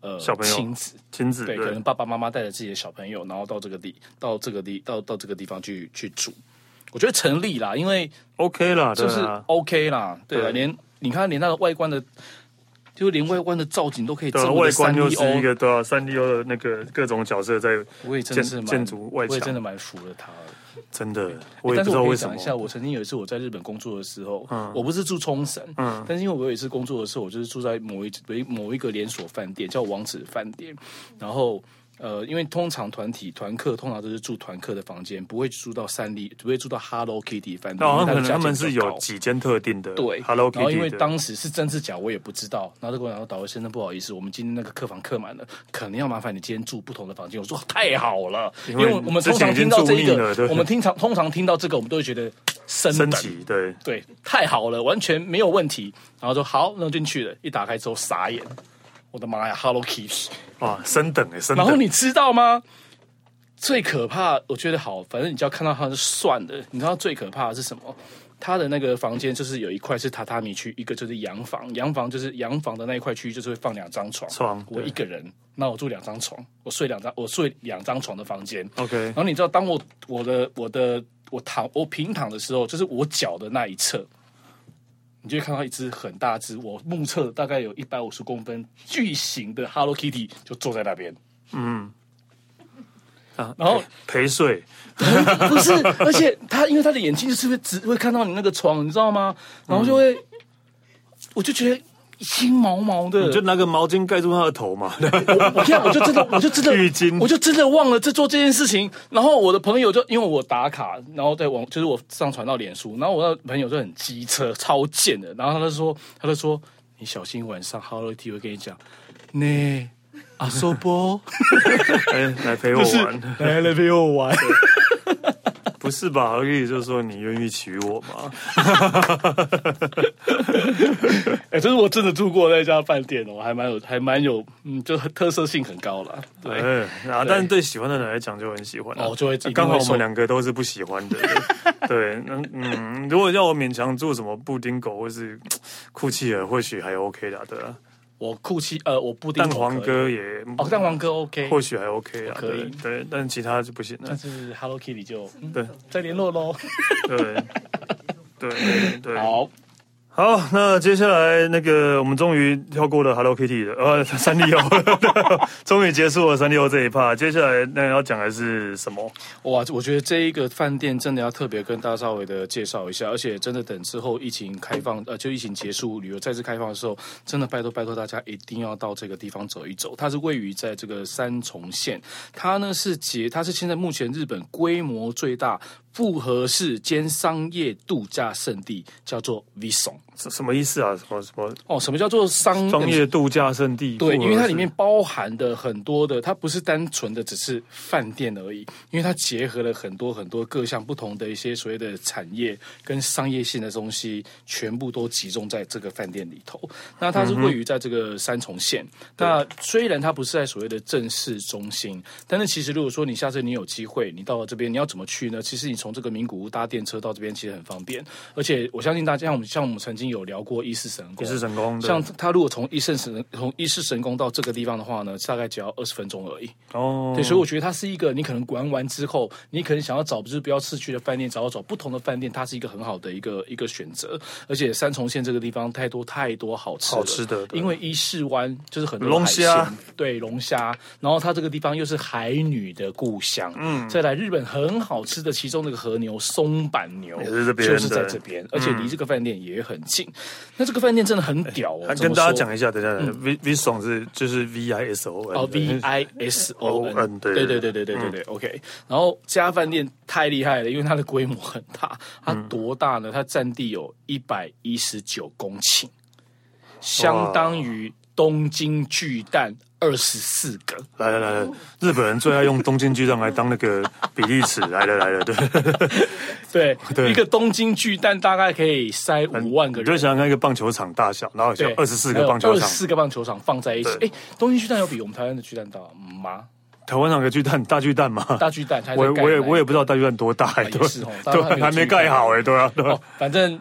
呃小朋友亲子， 亲子对，可能爸爸妈妈带着自己的小朋友，然后到这个地到这个地到到这个地方去去住，我觉得成立啦，因为 OK 啦， 就是 OK 啦，对啊， 对连你看连它的外观的。就连外观的造景都可以这么外的三 D 观 O， 就是一个对啊，三 D O 的那个各种角色在我也真的是蛮建筑外墙， 我也真的蛮服了他了。 真的，我也不知道为什么。 但是我可以讲一下，我曾经有一次我在日本工作的时候， 嗯、 我不是住冲绳， 嗯， 但是因为我有一次工作的时候，我就是住在某一某一个连锁饭店，叫王子饭店，然后。呃，因为通常团体团客通常都是住团客的房间，不会住到三丽，不会住到 Hello Kitty 饭店。 哦，可能他们是有几间特定的对 Hello Kitty。 然后因为当时是真是假，我也不知道。然后就跟我讲说，导游先生不好意思，我们今天那个客房客满了，可能要麻烦你今天住不同的房间。我说太好了，因为我们通常听到这一个，我们听常通常听到这个，我们都会觉得升升级，对对，太好了，完全没有问题。然后就好，那进去了，一打开之后傻眼。我的妈呀 ，Hello Kitty！ 哇，升等哎，升等。 然后你知道吗？最可怕，我觉得好，反正你只要看到它就算了。你知道最可怕的是什么？它的那个房间就是有一块是榻榻米区，一个就是洋房。洋房就是洋房的那一块区域，就是会放两张床。 床， 我一个人，那我住两张床，我睡两张，我睡两张床的房间。 OK。 然后你知道，当我我的我的我躺我平躺的时候，就是我脚的那一侧。你就会看到一只很大只，我目测大概有一百五十公分巨型的 Hello Kitty 就坐在那边。嗯， 啊， 然后陪睡， 不是，而且他因为他的眼睛就是会只会看到你那个床，你知道吗？然后就会，嗯、我就觉得心毛毛的， 你就拿个毛巾盖住他的头嘛。 我我现在我就真的我就真的浴巾， 我就真的忘了这做这件事情。然后我的朋友就因为我打卡，然后在网就是我上传到脸书，然后我的朋友就很机车超贱的，然后他就说他就说你小心晚上 Hello Kitty 会跟你讲，呢阿索波， 哎，来陪我玩， 来来陪我玩。 不是吧？而已就是说你愿意娶我吗？ 哎、欸，这是我真的住过那家饭店哦，还蛮有，还蛮有，嗯，就特色性很高了。对， 欸、啊，但是对喜欢的人来讲就很喜欢哦，就会刚好我们两个都是不喜欢的。对，嗯嗯，如果要我勉强住什么布丁狗或是库奇尔，或许还 OK 的，对啊。 我库奇呃，我布丁蛋黄哥也哦，蛋黄哥 OK， 或许还 OK 啊， 可以， 对，对但其他就不行了。 但是 Hello Kitty 就、嗯、 对， 再联络喽。 对，对对对， 好。 好，那接下来那个我们终于跳过了 Hello Kitty 的呃三丽鸥，终于结束了三丽鸥这一趴。接下来那要讲的是什么？ 哇，我觉得这一个饭店真的要特别跟大家稍微的介绍一下，而且真的等之后疫情开放，呃，就疫情结束，旅游再次开放的时候，真的拜托拜托大家一定要到这个地方走一走。它是位于在这个三重县，它呢是结，它是现在目前日本规模最大复合式兼商业度假胜地，叫做 Vison。 什么意思啊？什么什么？ 哦，什么叫做商商业度假胜地？ 对，因为它里面包含的很多的，它不是单纯的只是饭店而已，因为它结合了很多很多各项不同的一些所谓的产业跟商业性的东西，全部都集中在这个饭店里头。那它是位于在这个三重县。嗯、那虽然它不是在所谓的正市中心，但是其实如果说你下次你有机会，你到了这边，你要怎么去呢？其实你从这个名古屋搭电车到这边其实很方便，而且我相信大家像我们像我们曾经有聊过伊势神宫， 伊势神宫， 像他如果从伊势神从伊势神宫到这个地方的话呢，大概只要二十分钟而已。哦，对，所以我觉得它是一个你可能玩完之后，你可能想要找就是不要市区的饭店，找要找不同的饭店，它是一个很好的一个一个选择。而且三重县这个地方太多太多好吃好吃的， 因为伊势湾就是很多龙虾， 对龙虾，然后它这个地方又是海女的故乡，嗯，再来日本很好吃的其中那个和牛松板牛也是这边， 就是在这边，而且离这个饭店也很近。嗯、那这个饭店真的很屌哦！ 跟大家讲一下，等一下、嗯、，V Vison 是就是 V I S O N 哦 ，V I S O N， 对对对对对对对对 ，OK。然后这家饭店太厉害了，因为它的规模很大，它多大呢？它占地有一百一十九公顷，相当于东京巨蛋二十四个。 来了来了，日本人最爱用东京巨蛋来当那个比例尺，来了来了，对对对，一个东京巨蛋大概可以塞五万个人， 你就想想看一个棒球场大小，然后有二十四个棒球场， 二十四个棒球场放在一起。哎，东京巨蛋有比我们台湾的巨蛋大吗？ 台湾哪个巨蛋？大巨蛋吗？ 大巨蛋， 我我也我也不知道大巨蛋多大哎，对，对，还没盖好哎，对啊，对。 反正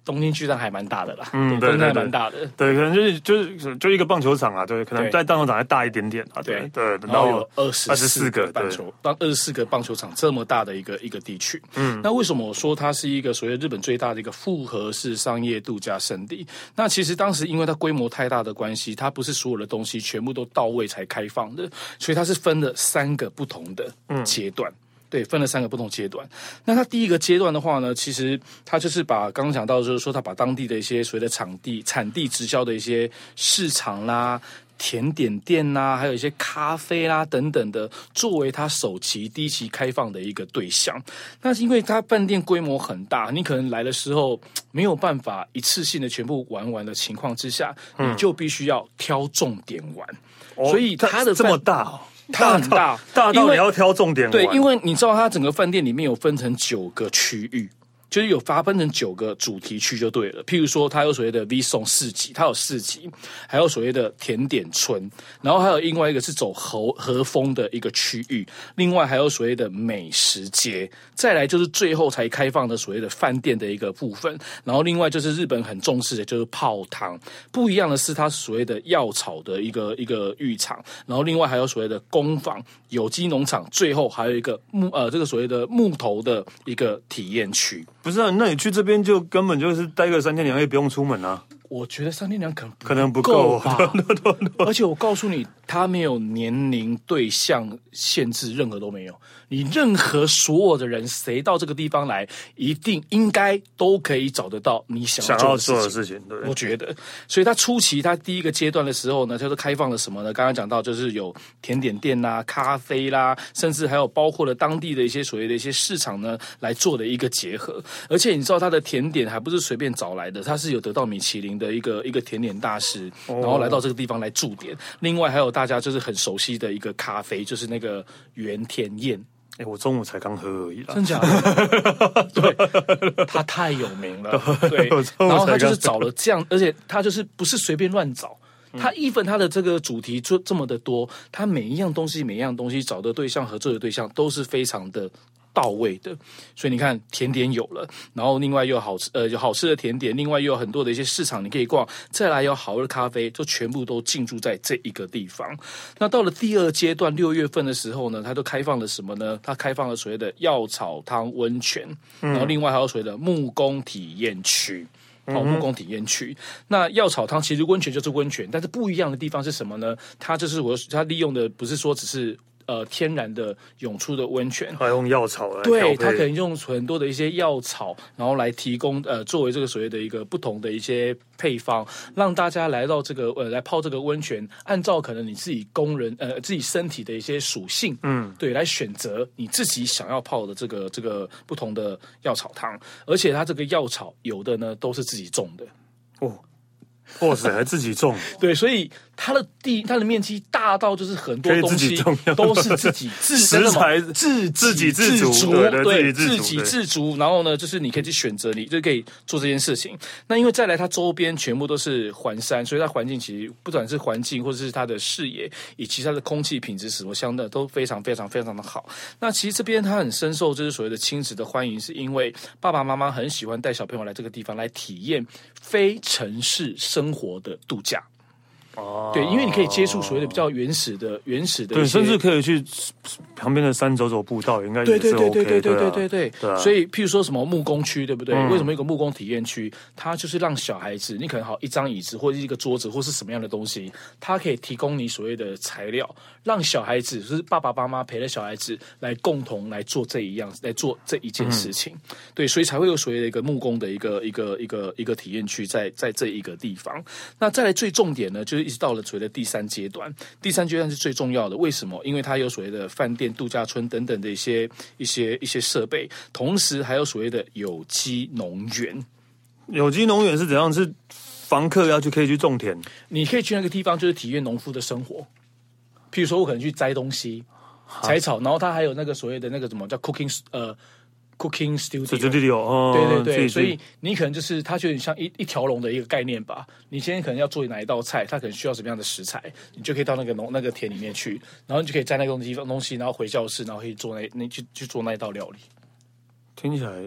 东京巨蛋还蛮大的啦， 嗯，对对对， 还蛮大的， 对，可能就是就是就一个棒球场啊，对，可能在棒球场还大一点点啊，对对， 然后有二十二十四个棒球，当二十四个棒球场这么大的一个一个地区，嗯，那为什么我说它是一个所谓日本最大的一个复合式商业度假胜地？那其实当时因为它规模太大的关系，它不是所有的东西全部都到位才开放的，所以它是分了三个不同的阶段。嗯对，分了三个不同阶段。那它第一个阶段的话呢，其实它就是把刚刚讲到，就是说它把当地的一些所谓的场地、产地直销的一些市场啦、甜点店啦，还有一些咖啡啦等等的，作为它首期、第一期开放的一个对象。那是因为它饭店规模很大，你可能来的时候没有办法一次性的全部玩完的情况之下，嗯、你就必须要挑重点玩。哦、所以它的这么大、哦。 它很大， 大到你要挑重点玩。 对，因为你知道它整个饭店里面有分成九个区域，就是有发分成九个主题区就对了。譬如说，它有所谓的 V 颂市集，它有市集，还有所谓的甜点村，然后还有另外一个是走和和风的一个区域，另外还有所谓的美食街，再来就是最后才开放的所谓的饭店的一个部分，然后另外就是日本很重视的就是泡汤，不一样的是它所谓的药草的一个一个浴场，然后另外还有所谓的工坊、有机农场，最后还有一个木呃这个所谓的木头的一个体验区。 不是啊，那你去这边就根本就是待个三天两夜，不用出门啊。 我觉得三天两可能可能不够吧。 而且我告诉你，它没有年龄、对象限制，任何都没有。你任何所有的人，谁到这个地方来，一定应该都可以找得到你想要做的事情。 想要做的事情，对， 我觉得。所以它初期，它第一个阶段的时候呢，它就开放了什么呢？刚刚讲到，就是有甜点店啦、咖啡啦，甚至还有包括了当地的一些所谓的一些市场呢，来做的一个结合。而且你知道，它的甜点还不是随便找来的，它是有得到米其林的一个一个甜点大师，然后来到这个地方来驻点。另外还有大家就是很熟悉的一个咖啡，就是那个原田彦。 哎、欸，我中午才刚喝而已啦， 真假的？对，他太有名了。对，然后他就是找了这样，而且他就是不是随便乱找。他一分他的这个主题就这么的多，他每一样东西每一样东西找的对象合作的对象都是非常的到位的。所以你看甜点有了，然后另外又有好吃呃有好吃的甜点，另外又有很多的一些市场你可以逛，再来有好喝的咖啡，就全部都进驻在这一个地方。那到了第二阶段六月份的时候呢，它就开放了什么呢？它开放了所谓的药草汤温泉，然后另外还有所谓的木工体验区。哦，木工体验区。那药草汤其实温泉就是温泉，但是不一样的地方是什么呢？它就是我它利用的不是说只是呃天然的涌出的温泉， 它用药草来对，它可能用很多的一些药草，然后来提供呃作为这个所谓的一个不同的一些配方，让大家来到这个呃来泡这个温泉，按照可能你自己工人呃自己身体的一些属性，嗯，对，来选择你自己想要泡的这个这个不同的药草汤，而且它这个药草有的呢都是自己种的哦。哇塞，还自己种？ 对，所以它的地，它的面积大到就是很多东西都是自己自食材自自给自足， 对，自给自足。然后呢，就是你可以去选择，你就可以做这件事情。那因为再来，它周边全部都是环山，所以它环境其实不管是环境或者是它的视野，以及它的空气品质什么相的都非常非常非常的好。那其实这边它很深受就是所谓的亲子的欢迎，是因为爸爸妈妈很喜欢带小朋友来这个地方来体验非城市生活的度假。哦，对，因为你可以接触所谓的比较原始的、原始的， 对，甚至可以去旁边的山走走步道，应该也是 OK 的。 对对对对对对对对对。 所以，譬如说什么木工区，对不对？嗯、为什么一个木工体验区？它就是让小孩子，你可能好一张椅子或者一个桌子或是什么样的东西，它可以提供你所谓的材料，让小孩子就是爸爸妈妈陪着小孩子来共同来做这一样，来做这一件事情。嗯、对，所以才会有所谓的一个木工的一个一个一个一个体验区在在这一个地方。那再来最重点呢，就是。一直到了所谓的第三阶段，第三阶段是最重要的。为什么？因为它有所谓的饭店、度假村等等的一些一些一些设备，同时还有所谓的有机农园。 有机农园是怎样？是房客要去可以去种田， 你可以去那个地方，就是体验农夫的生活。譬如说，我可能去摘东西、采草，然后它还有那个所谓的那个什么叫 cooking 呃。Cooking studio， 哦， 对对对，所以你可能就是它就有点像一一条龙的一个概念吧。你今天可能要做哪一道菜，它可能需要什么样的食材，你就可以到那个农那个田里面去，然后你就可以摘那个地方东西，然后回教室，然后可以做那那去去做那一道料理。 听起来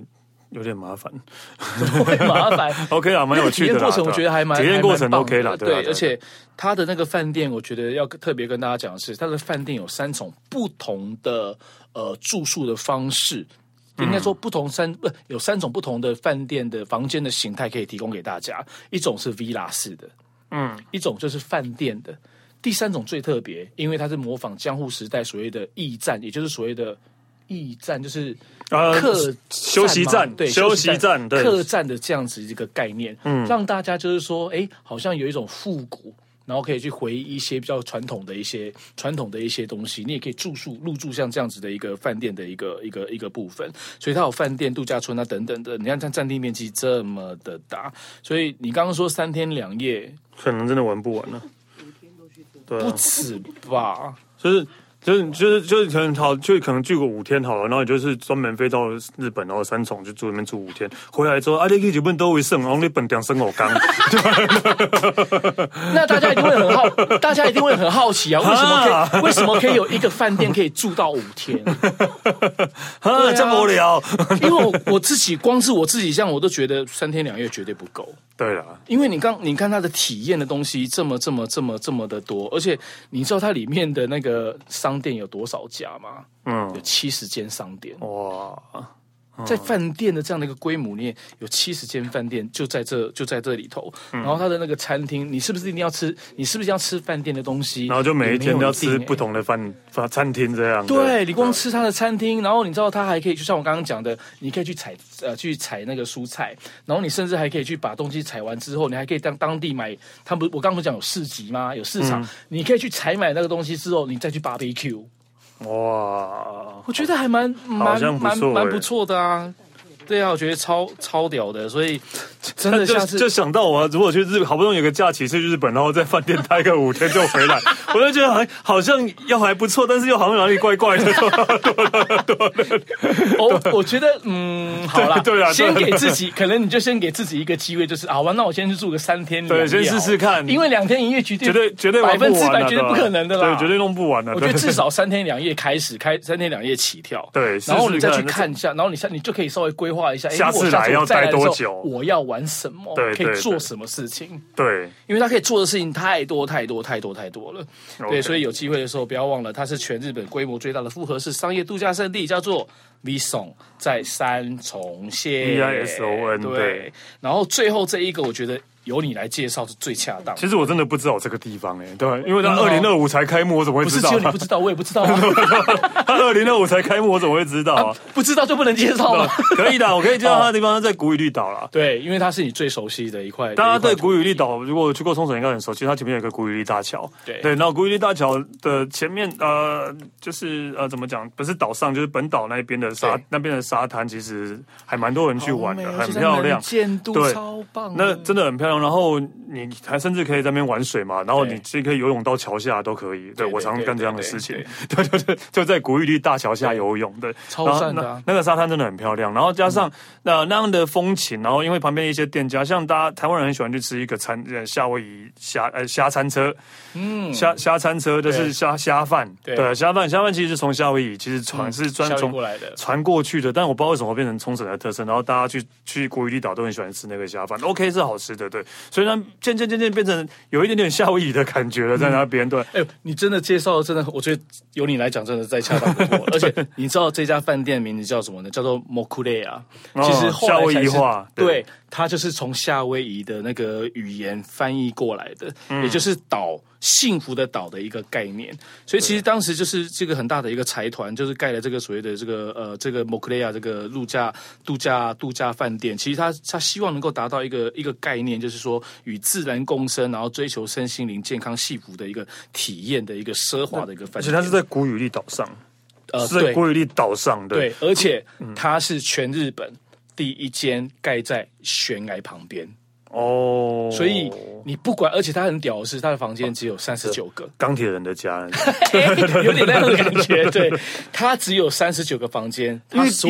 有点麻烦， 会麻烦。 OK 啦，蛮有趣的啦。 体验过程我觉得还蛮体验过程 OK 啦， 对，而且它的那个饭店，我觉得要特别跟大家讲的是，它的饭店有三种不同的呃住宿的方式。应该说，不同三不有三种不同的饭店的房间的形态可以提供给大家。一种是 villa 式的，嗯，一种就是饭店的，第三种最特别，因为它是模仿江户时代所谓的驿站，也就是所谓的驿站，就是客、呃、 休息站， 对， 休息站，对， 客栈的这样子一个概念，嗯，让大家就是说，哎，好像有一种复古。然后可以去回忆一些比较传统的一些传统的一些东西，你也可以住宿入住像这样子的一个饭店的一个一个一个部分，所以它有饭店、度假村啊等等的。你看它占地面积这么的大，所以你刚刚说三天两夜， 可能真的玩不完了， 对、啊，不止吧？ 就是。就是就是就是可能好，就可能住个五天好了，然后你就是专门飞到日本，然后三重就住那边住五天，回来之后啊，你去日本都会剩，然后你本地生火缸。 那大家一定会很好，大家一定会很好奇啊，为什么可以为什么可以有一个饭店可以住到五天？ 啊，这么无聊。 因为我我自己光是我自己这样，我都觉得三天两夜绝对不够。 对啦， 因为你刚你看它的体验的东西这么这么这么这么的多，而且你知道它里面的那个商店有多少家吗？嗯，有七十间商店。哇！在饭店的这样的一个规模里面，有七十间饭店就在这就在这里头。嗯、然后它的那个餐厅，你是不是一定要吃？你是不是要吃饭店的东西？ 然后就每一天都要吃不同的饭饭餐厅这样。 对，你光吃它的餐厅，然后你知道它还可以，就像我刚刚讲的，你可以去采呃去采那个蔬菜，然后你甚至还可以去把东西采完之后，你还可以当当地买。他们我刚刚不是讲有市集吗？有市场，嗯、你可以去采买那个东西之后，你再去 barbecue。哇，我觉得还蛮蛮蛮蛮不错的啊。对啊，我觉得超超屌的，所以真的下次就, 就想到我如果去日，好不容易有个假期去日本，然后在饭店待个五天就回来，我就觉得还好像又还不错，但是又好像哪里怪怪的。 哦，我觉得嗯，好啦， 对啊， 先给自己，可能你就先给自己一个机会，就是好吧，那我先去住个三天两夜， 对，先试试看， 因为两天一夜绝对绝对绝对百分之百绝对不可能的啦， 对，绝对弄不完的。 我觉得至少三天两夜开始，开三天两夜起跳， 对， 然后你再去看一下，然后你你就可以稍微规划一下， 下次来要待多久， 我要玩什么， 对， 可以做什么事情， 对， 因为他可以做的事情太多太多太多太多了，对，所以有机会的时候不要忘了，它是全日本规模最大的复合式商业度假胜地，叫做 Vison， 在三重县 V I S O N， 对，然后最后这一个我觉得由你来介绍是最恰当。 其实我真的不知道这个地方哎、欸，对，因为它二零二五才开幕，我怎么会知道？ 不是只有你不知道，我也不知道啊。 它二零二五才开幕，我怎么会知道啊？啊不知道就不能介绍吗？ 可以的，我可以介绍它的地方在古宇绿岛啦。 对，因为它是你最熟悉的一块。 大家对古宇绿岛如果去过冲绳应该很熟悉，它前面有个古宇绿大桥。 对对，然后古宇绿大桥的前面呃，就是呃怎么讲？不是岛上，就是本岛那边的沙那边的沙滩，其实还蛮多人去玩的，很漂亮， 见度超棒。 那真的很漂亮，然后。你还甚至可以在那边玩水嘛，然后你其实可以游泳到桥下都可以。对，我常干这样的事情，对对对，就在古宇绿大桥下游泳，对， 超赞的、啊。 那个沙滩真的很漂亮，然后加上那、嗯、那样的风情，然后因为旁边一些店家，像大家台湾人很喜欢去吃一个餐，夏威夷虾呃虾餐车，嗯，虾虾餐车就是虾虾饭，对，虾饭虾饭其实是从夏威夷其实传、嗯、是专从过来的传过去的，但我不知道为什么变成冲绳的特色，然后大家去去古宇绿岛都很喜欢吃那个虾饭 ，OK 是好吃的，对，所以呢。渐渐渐渐变成有一点点夏威夷的感觉了，在那边对。 哎、欸，你真的介绍的真的，我觉得由你来讲真的再恰当不过。而且你知道这家饭店名字叫什么呢？叫做 Mokuleya。其实后来夏威夷话， 对，对它就是从夏威夷的那个语言翻译过来的，嗯、也就是岛。幸福的岛的一个概念，所以其实当时就是这个很大的一个财团，就是盖了这个所谓的这个呃这个 Mokuleya 这个度假度假度假饭店。其实他他希望能够达到一个一个概念，就是说与自然共生，然后追求身心灵健康幸福的一个体验的一个奢华的一个饭店。而且它是在古宇利岛上，呃，是在古宇利岛上的， 对，而且它是全日本第一间盖在悬崖旁边。哦，所以你不管，而且他很屌的是，他的房间只有三十九个， 钢铁人的家， 有点那样的感觉。对，他只有三十九个房间， 因为因为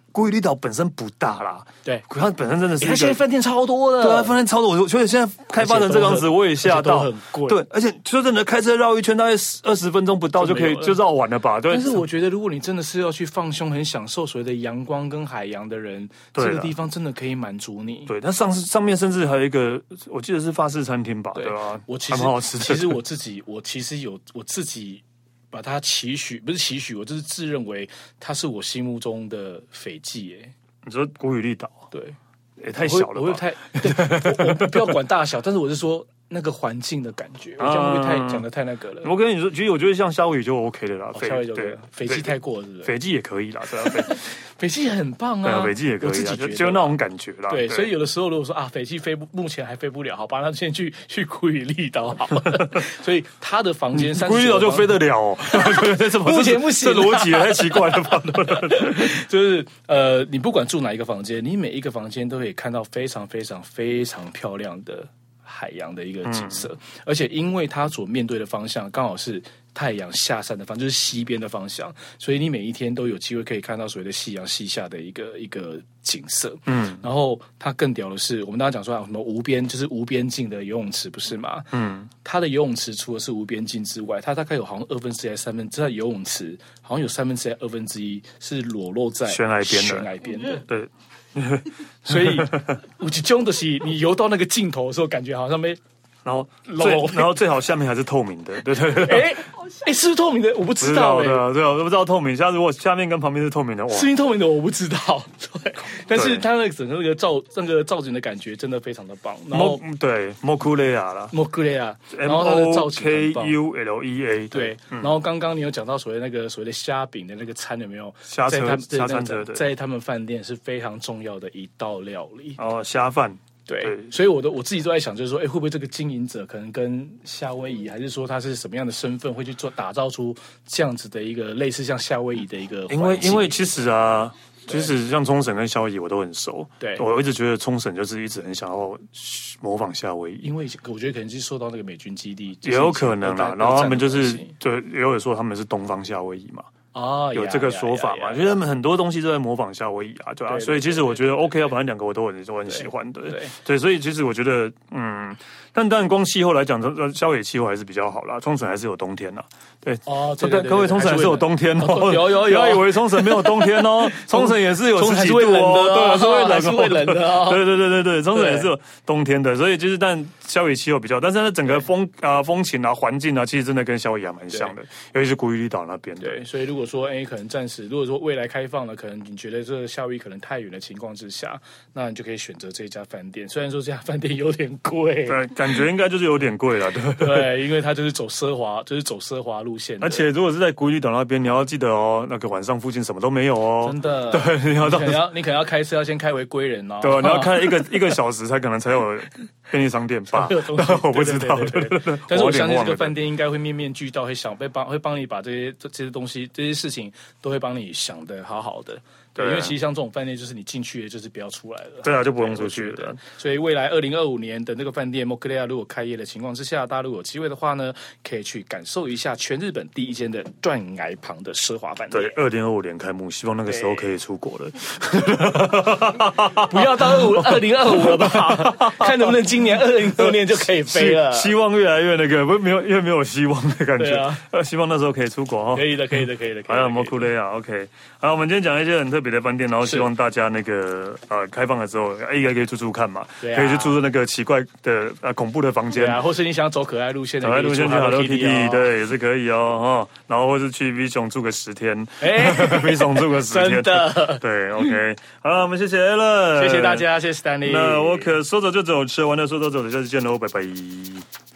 古宇利岛本身不大啦， 对， 它本身真的是一个， 它现在饭店超多的， 对啊，饭店超多。我觉得现在开发成这个样子，我也吓到， 很贵。 对，而且说真的，开车绕一圈大概二十分钟不到就可以就绕完了吧？对。 但是我觉得，如果你真的是要去放松、很享受所谓的阳光跟海洋的人，这个地方真的可以满足你。 对，它上上面甚至还有一个，我记得是法式餐厅吧？对吧？ 我其实蛮好吃的。 其实我自己，我其实有我自己。把它期许不是期许，我就是自认为它是我心目中的斐济耶。 你说古宇利岛？ 对， 也太小了吧？ 我会太对我，我不要管大小，但是我是说那个环境的感觉，我这样会不会太讲的太那个了？ 我跟你说，其实我觉得像夏威夷就 OK 的啦， 夏威夷就对，斐济太过了，是不是？ 斐济也可以啦，对啊， 斐济很棒啊， 斐济也可以啊，就就那种感觉啦。 对，所以有的时候如果说啊，斐济飞不，目前还飞不了，好吧，那先去去古宇利岛好了。所以他的房间， 古宇利岛就飞得了哦， 目前不行， 这逻辑也太奇怪了吧？ 就是呃，你不管住哪一个房间，你每一个房间都可以看到非常非常非常漂亮的海洋的一个景色，嗯、而且因为它所面对的方向刚好是太阳下山的方向，就是西边的方向，所以你每一天都有机会可以看到所谓的夕阳西下的一个一个景色。嗯，然后它更屌的是，我们刚刚讲说什么无边，就是无边境的游泳池，不是吗？嗯，它的游泳池除了是无边境之外，它大概有好像二分之一、三分之一游泳池，好像有三分之一、二分之一是裸露在悬崖边的， 悬崖边的， 对。 所以，我就真的是你游到那个尽头的时候，感觉好像没。 然后最然后最好下面还是透明的，对对对。 哎哎，是不是透明的？我不知道哎、欸。 对啊，对啊，我都不知道透明。下如果下面跟旁边是透明的，哇， 是透明的我不知道。对，但是它那个整个那个造那个造景的感觉真的非常的棒。然后对，莫库雷亚啦， 莫库雷亚，然后它的造景很棒 ，M O K U L E A。 对，然后刚刚你有讲到所谓那个所谓的虾饼的那个餐有没有？ 虾车虾餐车的， 在他们饭店是非常重要的一道料理。 哦，虾饭。 对，对，所以我都我自己都在想，就是说，哎，会不会这个经营者可能跟夏威夷，还是说他是什么样的身份，会去做打造出这样子的一个类似像夏威夷的一个环境？ 因为因为其实啊，其实像冲绳跟夏威夷我都很熟， 对， 我一直觉得冲绳就是一直很想要模仿夏威夷， 因为我觉得可能是受到那个美军基地， 也有可能啦。然后他们就是就也有说他们是东方夏威夷嘛。 哦， 有这个说法嘛？就是他们很多东西都在模仿夏威夷啊，对吧、啊？所以其实我觉得 OK 啊，反正两个我都很都很喜欢的，对对。所以其实我觉得，嗯，但但光气候来讲，夏威夷气候还是比较好啦。冲绳还是有冬天啦，对哦。 各位，冲绳还是有冬天哦。 有有有， 不要以为冲绳没有冬天哦，冲绳也是有十几度哦，对，是会冷， 是会冷的哦。 对对对对对，冲绳也是有冬天的，所以就是但夏威夷气候比较，但是它整个风啊、风情啊、环境啊，其实真的跟夏威夷还蛮像的，尤其是古宇利岛那边的。 对，所以如果说哎，可能暂时，如果说未来开放了，可能你觉得这个夏威夷可能太远的情况之下，那你就可以选择这家饭店。虽然说这家饭店有点贵， 对，感觉应该就是有点贵了，对对，因为它就是走奢华，就是走奢华路线。 而且如果是在古宇利岛那边，你要记得哦，那个晚上附近什么都没有哦， 真的。 对，你要到你可能要你可能要开车，要先开回归仁哦， 对，你要开一个一个小时才可能才有便利商店吧？我不知道， 对对对对。但是我相信这个饭店应该会面面俱到，会想会帮会帮你把这些这些东西这些事情都会帮你想的好好的。对，因为其实像这种饭店，就是你进去就是不要出来了。 对啊，就不用出去了。 所以未来二零二五年的那个饭店 Mokulea 如果开业的情况之下，大家如果有机会的话呢，可以去感受一下全日本第一间的断崖旁的奢华饭店。 对，二零二五年开幕，希望那个时候可以出国了。 不要到二零二五了吧？看能不能今年二零二五年就可以飞了。 希望越来越那个，不没有越没有希望的感觉。啊，希望那时候可以出国哦。 可以的，可以的，可以的。 还有 Mokulea OK。好，我们今天讲一些很特别的饭店，然后希望大家那个呃开放的时候，哎，也可以住住看嘛， 对啊、 可以去住那个奇怪的呃恐怖的房间， 对啊，或是你想走可爱路线的， 可爱路线去 Hello Kitty， 对，也是可以哦，哦，然后或是去 V 熊住个十天，哎，V 熊住个十天， 真的， 对 ，OK， 好了，我们谢谢 Alan， 谢谢大家，谢谢 Stanley， 那我可说走就走，吃完了说走走的，下次见喽，拜拜。